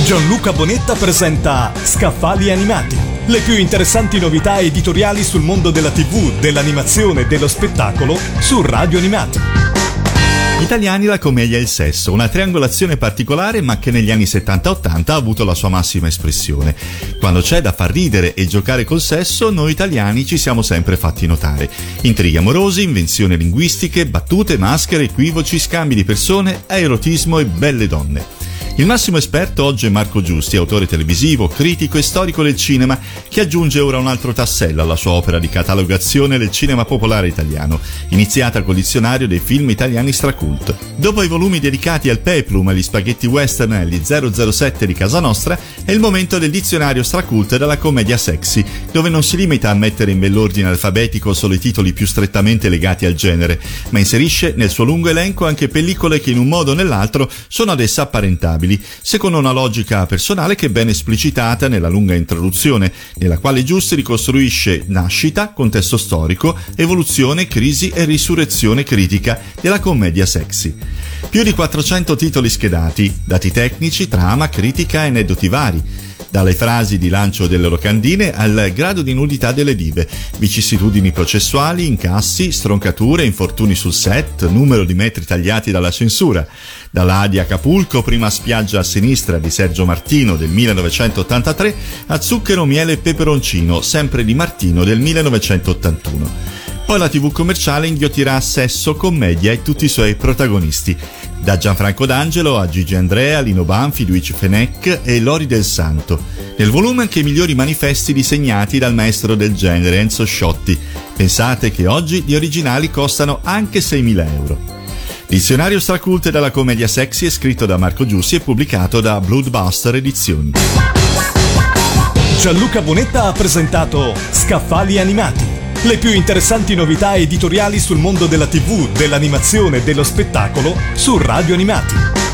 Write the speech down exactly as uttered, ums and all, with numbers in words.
Gianluca Bonetta presenta Scaffali Animati, le più interessanti novità editoriali sul mondo della tivù, dell'animazione e dello spettacolo su Radio Animati. Gli italiani la commedia e il sesso, una triangolazione particolare ma che negli anni settanta ottanta ha avuto la sua massima espressione. Quando c'è da far ridere e giocare col sesso, noi italiani ci siamo sempre fatti notare. Intrighi amorosi, invenzioni linguistiche, battute, maschere, equivoci, scambi di persone, erotismo e belle donne. Il massimo esperto oggi è Marco Giusti, autore televisivo, critico e storico del cinema, che aggiunge ora un altro tassello alla sua opera di catalogazione del cinema popolare italiano, iniziata col dizionario dei film italiani stracult. Dopo i volumi dedicati al peplum, agli spaghetti western e agli zero zero sette di casa nostra, è il momento del dizionario stracult della commedia sexy, dove non si limita a mettere in bell'ordine alfabetico solo i titoli più strettamente legati al genere, ma inserisce nel suo lungo elenco anche pellicole che in un modo o nell'altro sono ad essa apparentabili, secondo una logica personale che è ben esplicitata nella lunga introduzione, nella quale Giusti ricostruisce nascita, contesto storico, evoluzione, crisi e risurrezione critica della commedia sexy. Più di quattrocento titoli schedati, dati tecnici, trama, critica e aneddoti vari, dalle frasi di lancio delle locandine al grado di nudità delle dive, vicissitudini processuali, incassi, stroncature, infortuni sul set, numero di metri tagliati dalla censura. Dalla A di Acapulco, prima spiaggia a sinistra di Sergio Martino del millenovecentottantatré, a Zucchero, miele e peperoncino, sempre di Martino del millenovecentottantuno. Poi la tivù commerciale inghiottirà sesso, commedia e tutti i suoi protagonisti, da Gianfranco D'Angelo a Gigi Andrea, Lino Banfi, Luigi Fenech e Lori del Santo. Nel volume anche i migliori manifesti disegnati dal maestro del genere Enzo Sciotti. Pensate che oggi gli originali costano anche seimila euro. Dizionario stracult della commedia sexy è scritto da Marco Giussi e pubblicato da Bloodbuster Edizioni. Gianluca Bonetta ha presentato Scaffali Animati, le più interessanti novità editoriali sul mondo della tivù, dell'animazione e dello spettacolo su Radio Animati.